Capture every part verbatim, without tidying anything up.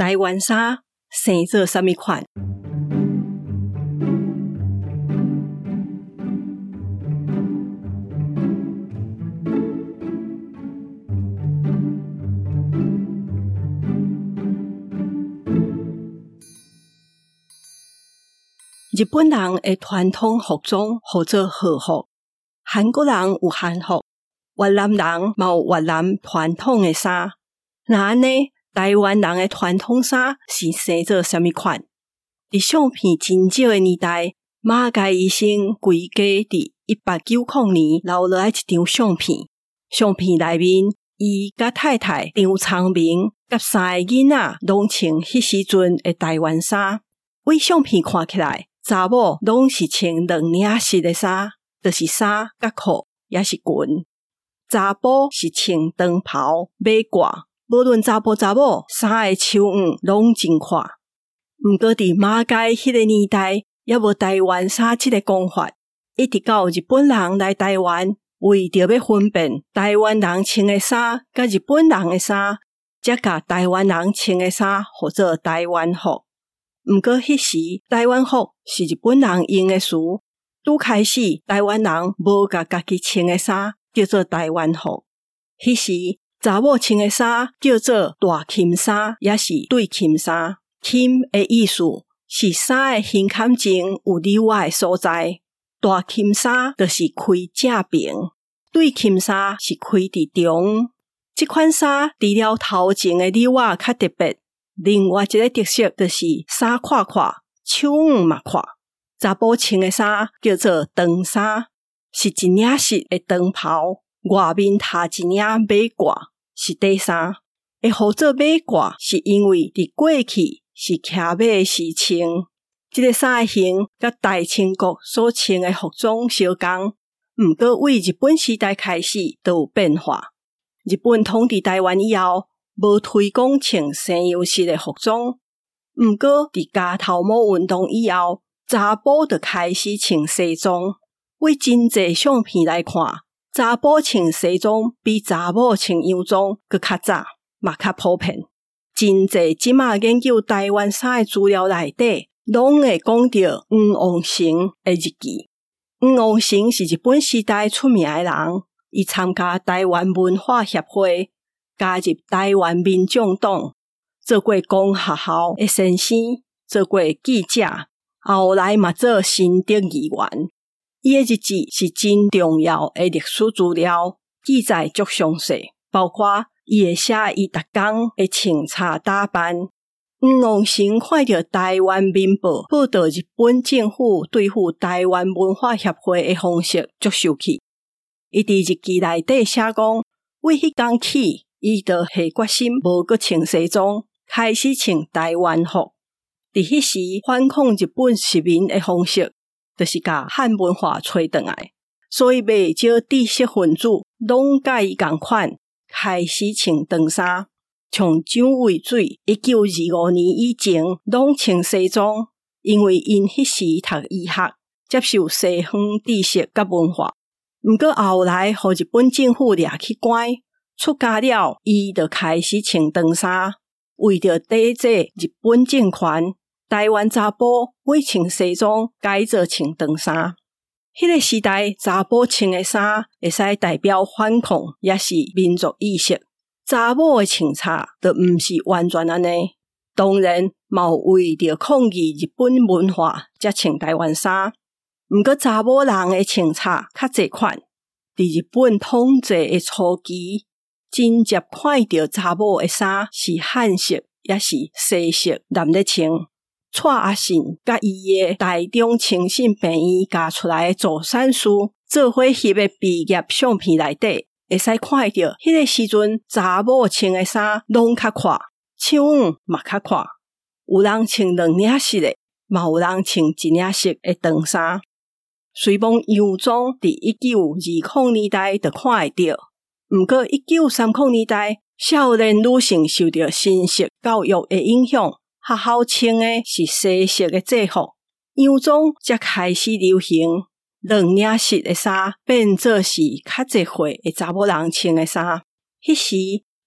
台湾衫生做什么款？日本人的传统服装号做和服，韩国人有韩服，越南人嘛有越南传统的衫。那安尼，台湾人的传统衫是生做什么款？伫相片真少的年代，马偕医生规家伫一八九零年留落来一张相片，相片内面伊甲太太张昌明甲三个囡仔拢穿迄时阵的台湾衫。为相片看起来，查某拢是穿两领式的衫，就是衫甲裤也是裙。查甫是穿长袍马褂，无论查甫查某，衫的手腕拢真宽。毋过伫马偕迄个年代，也无台湾衫即个讲法，一直到日本人来台湾，为着要分辨台湾人穿的衫甲日本人的衫，才甲台湾人穿的衫号做台湾服。毋过迄时台湾服是日本人用的词，拄开始台湾人无甲家己穿的衫叫做台湾服。迄时查某穿的衫叫做大襟衫，也是对襟衫。襟的意思是衫的胸坎前有纽仔的所在，大襟衫就是开正平，对襟衫是开伫中。这款衫除了头前的纽仔较特别，另外一个特色就是衫闊闊，手腕嘛闊。查甫穿的衫叫做长衫，是一领式的长袍，外面搭一领马褂，是底衫。会号做马褂，是因为伫过去是骑马的时穿。这个衫的型甲大清国所穿的服装相同，毋过为日本时代开始都有变化。日本统治台湾以后，无推广穿西洋式的服装，毋过伫加头毛运动以后，查甫就开始穿西装。为真侪相片来看，查甫穿西装比查某穿洋装佫较早，嘛较普遍。真侪即马研究台湾衫的资料内底，拢会讲到黄王成的日记。黄王成是日本时代出名的人，伊参加台湾文化协会，加入台湾民众党，做过公学校的先生，做过记者，后来嘛做新竹议员。伊的日记是真重要的历史资料，记载足详细，包括伊会写伊逐工的穿插打扮。黄王成看到台湾民报报道日本政府对付台湾文化协会的方式足生气，伊伫日记内底写讲，为迄天起，伊就下决心无搁穿西装，开始穿台湾服。伫迄时反抗日本殖民的方式，就是甲汉文化吹转来，所以袂少知识分子拢甲伊共款，开始穿长衫。像蒋渭水一九二五年以前拢穿西装，因为因迄时读医学，接受西方知识甲文化。毋过后来，互日本政府掠去关，出家了，伊就开始穿长衫。为着抵制日本政权，台湾查甫为穿西装改做穿长衫。迄个时代，查甫穿的衫会使代表反抗，也是民族意识。查某的穿插就毋是完全安尼，当然嘛有为着抗议日本文化才穿台湾衫。毋过查某人的穿插较侪款，伫日本统治的初期，真接看到查某的衫是汉式也是西式男咧穿。蔡阿信甲伊的台中清信病院加出来的助产士做伙翕的毕业相片内底，会使看到迄个时阵查某穿的衫拢较宽，手腕嘛较宽。有人穿两领式的，嘛有人穿一领式的长衫。随望洋装伫一九二零年代就看会到，毋过一九三零年代少年女性受到新式教育的影响，学校穿的是西式的制服，洋装才开始流行。两领式的衫变做是较侪岁的查某人穿的衫。迄时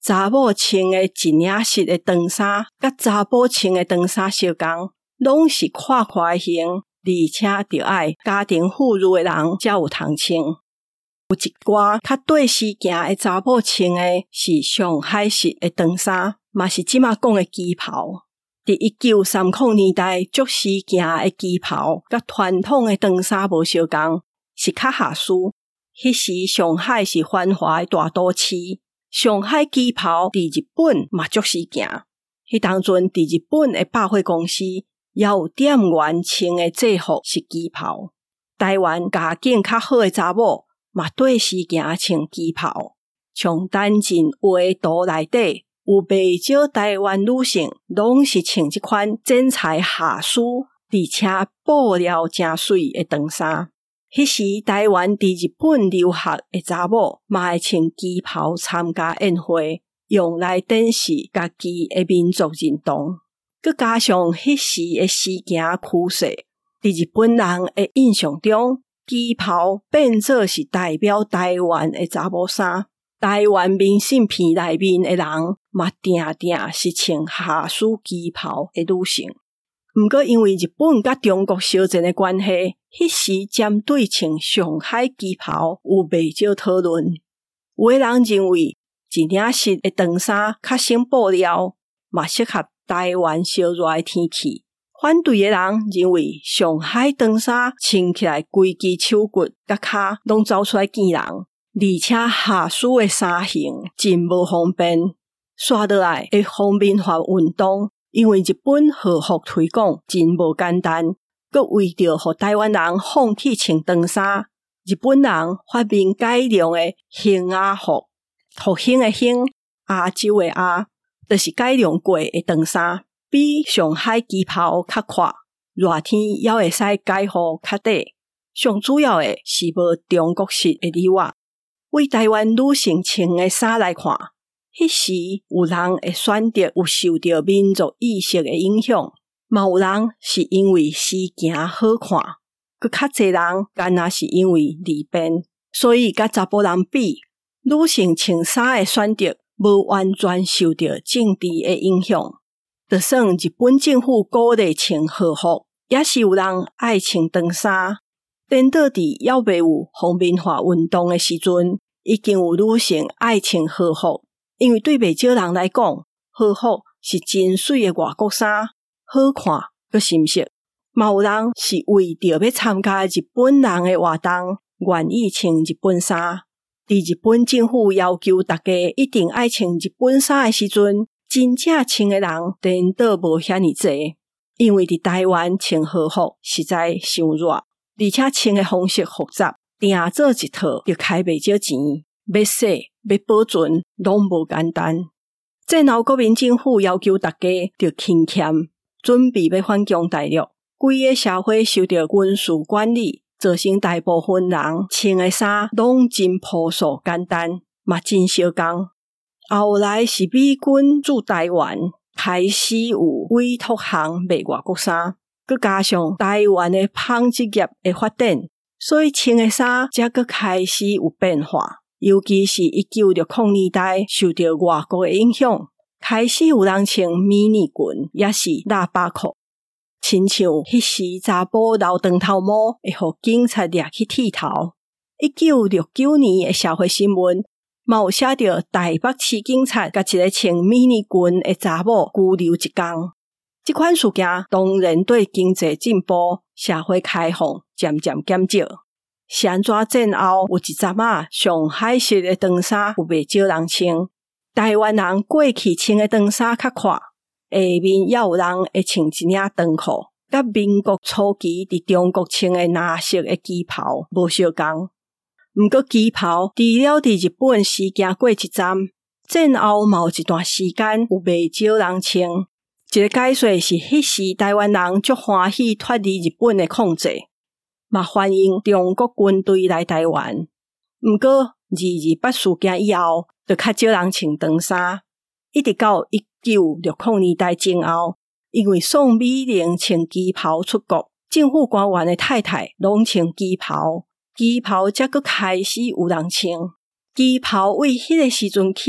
查某穿的一领式的长衫，甲查甫穿的长衫相共，拢是垮垮的型，而且着爱家庭妇孺的人才有通穿。有一寡较对时行的查某穿的是上海式的长衫，嘛是即马讲的旗袍。伫一九三零年代，足时行的旗袍，甲传统的长衫无相共，是较下输。迄时上海是繁华的大都市，上海旗袍伫日本嘛足时行。迄当阵伫日本的百货公司，也有店员穿的制服是旗袍。台湾家境较好的查某，嘛对时行穿旗袍。像单进画图内底，有袂少台湾女性拢是穿即款剪裁下梳，而且布料真水的长衫。迄时台湾伫日本留学的查某，嘛会穿旗袍参加宴会，用来展示家己的民族认同。佮加上迄时的时行趋势，伫日本人的印象中，旗袍变做是代表台湾的查某衫。台湾明信片内面的人嘛，定定是穿下梳旗袍的女性。毋过因为日本甲中国烧战的关系，迄时针对穿上海旗袍有袂少讨论。有的人认为一领式的长衫较省布料，嘛适合台湾烧热的天气。反对的人认为上海长衫穿起来规支手骨甲骹拢走出来见人，而且下梳的衫型真无方便。刷落来的皇民化运动，因为日本和服推广真无简单，佮为着互台湾人放弃穿长衫，日本人发明改良的兴亚服，复兴的兴，亚洲的亚，就是改良过的长衫，比上海旗袍较宽，热天也会使解予较短。上主要的是无中国式的里袜。为台湾女性穿的衫来看，迄时有人会选择有受到民族意识的影响，嘛有人是因为时行好看，佮较侪人干那是因为利便。所以甲查甫人比，女性穿衫的选择无完全受到政治的影响。就算日本政府鼓励穿和服，也是有人爱穿长衫。颠倒伫还未有皇民化运动的时阵，已经有女性爱穿和服，因为对袂少人来讲，和服是真水的外国衫，好看佮新式。嘛有人是为着要参加日本人的活动，愿意穿日本衫。伫日本政府要求大家一定爱穿日本衫的时阵，真正穿的人颠倒无遐尼侪，因为伫台湾穿和服实在伤热，而且穿的方式复杂，订做一套就开袂少钱，要洗要保存拢无简单。战后国民政府要求大家就勤俭，准备要反攻大陆，规个社会受到军事管理，造成大部分人穿的衫拢真朴素简单，嘛真小工。后来是美军驻台湾，开始有委托行卖外国衫，佮加上台湾的纺织业的发展，所以穿的衫才佮开始有变化。尤其是一九六零年代受到外国的影响，开始有人穿迷你裙，也是喇叭裤。亲像迄时查甫留长头毛会互警察掠去剃头。一九六九年的社会新闻，嘛有写着台北市警察甲一个穿迷你裙的查某拘留一天。这款事件当然对经济进步、社会开放渐渐减少。是安怎战后有一阵仔上海式的长衫有袂少人穿，台湾人过去穿的长衫较宽，下面也有人会穿一领长裤，甲民国初期伫中国穿的蓝色的旗袍无相共。毋过旗袍除了伫日本时行过一站，战后嘛有一段时间有袂少人穿。一个解说是迄时台湾人足欢喜脱离日本的控制，嘛欢迎中国军队来台湾。毋过二二八事件以后，就较少人穿长衫，一直到一九六零年代前后，因为宋美龄穿旗袍出国，政府官员的太太拢穿旗袍，旗袍才佫开始有人穿。旗袍为迄个时阵起，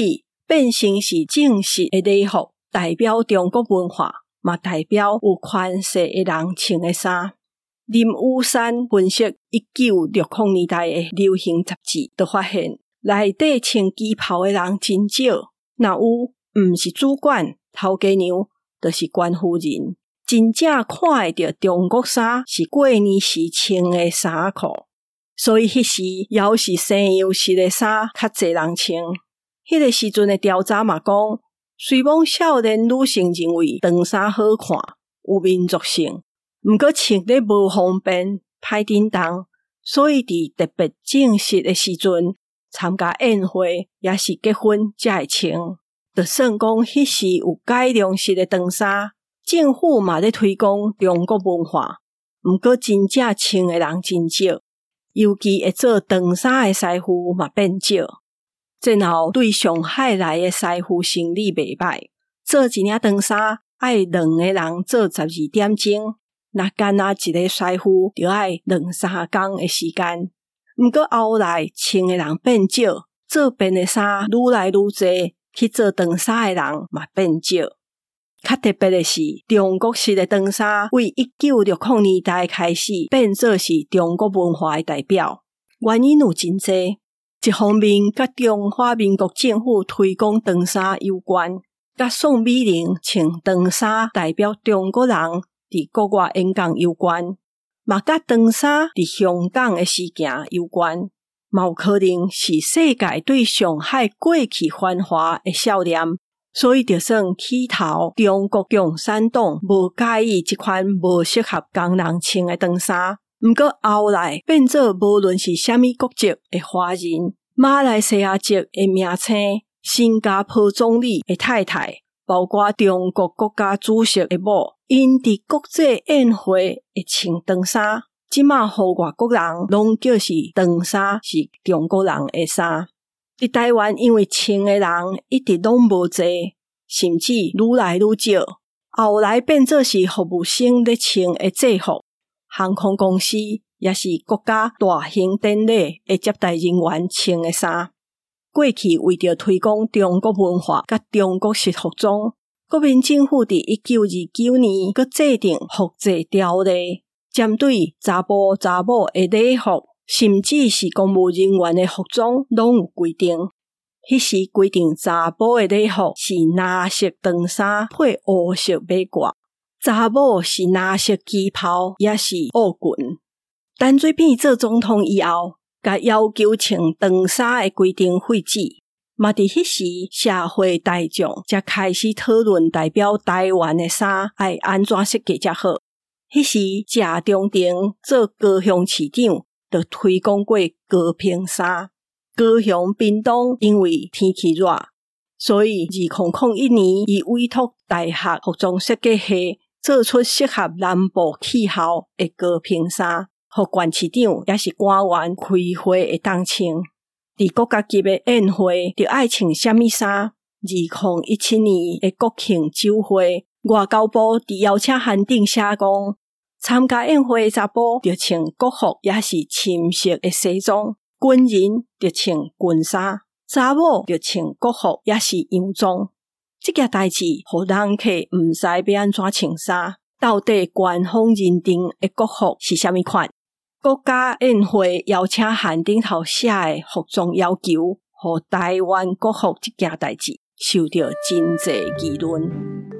变成是正式的礼服，代表中国文化，嘛代表有权势的人穿的衫。林武山分析一九六零年代的流行杂志，就发现内底穿旗袍的人真少，若有，毋是主管、头家娘，就是官夫人。真正看会到中国衫是过年时穿的衫裤，所以迄时犹是西洋式的衫较侪人穿。迄个时阵的调查嘛讲，虽讲少年女性认为长衫好看、有民族性，毋过穿得无方便、歹振动，所以伫特别正式的时阵，参加宴会也是结婚才会穿。就算讲迄时有改良式的长衫，政府嘛咧推广中国文化，毋过真正穿的人真少，尤其会做长衫的师傅嘛变少。然后对上海来的师傅生意袂歹，做一领长衫爱两个人做十二点钟，若干啊一个师傅就要两三工的时间。毋过后来穿的人变少，做便的衫愈来愈侪，去做长衫的人嘛变少。较特别的是，中国式的长衫为一九六零年代开始变做是中国文化的代表，原因有真侪。一方面，甲中华民国政府推广长衫有关，甲宋美龄穿长衫代表中国人伫国外演讲有关，嘛甲长衫伫香港的事件有关，嘛有可能是世界对上海过去繁华的少年。所以就算起头中国共产党无介意这款无适合工人穿的长衫，毋过后来变做无论是啥物国籍的华人，马来西亚籍的名称，新加坡总理的太太，包括中国国家主席的某，因伫国际宴会会穿长衫，即马互外国人拢叫是长衫是中国人的衫。伫台湾因为穿的人一直拢无侪，甚至愈来愈少，后来变做是服务生咧穿的制服，航空公司也是国家大型典礼的接待人员穿的衫。过去为着推广中国文化甲中国式服装，国民政府伫一九二九年佫制定服制条例，针对查甫查某的礼服，甚至是公务人员的服装拢有规定。迄时规定查甫的礼服是蓝色长衫配乌色马褂，查某是蓝色旗袍也是乌裙。陈水扁做总统以后，甲要求穿长衫的规定废止，嘛伫迄时社会大众才开始讨论代表台湾的衫爱安怎设计才好。迄时谢中庭做高雄市长，就推广过高屏衫。高雄屏东因为天气热，所以二零零一年伊委托大学服装设计系做出适合南部气候的高屏衫，互县市长也是官员开会会当穿。伫国家级的宴会就爱穿什么衫？二零一七年的国庆酒会，外交部伫邀请函顶写讲，参加宴会的查甫就穿国服也是深色的西装，军人就穿军衫，查某就穿国服也是洋装。这件代志，互人客毋知要安怎穿衫，到底官方认定的国服是啥物款？国家宴会邀请函顶头写的服装要求，互台湾国服这件代志受到真侪议论。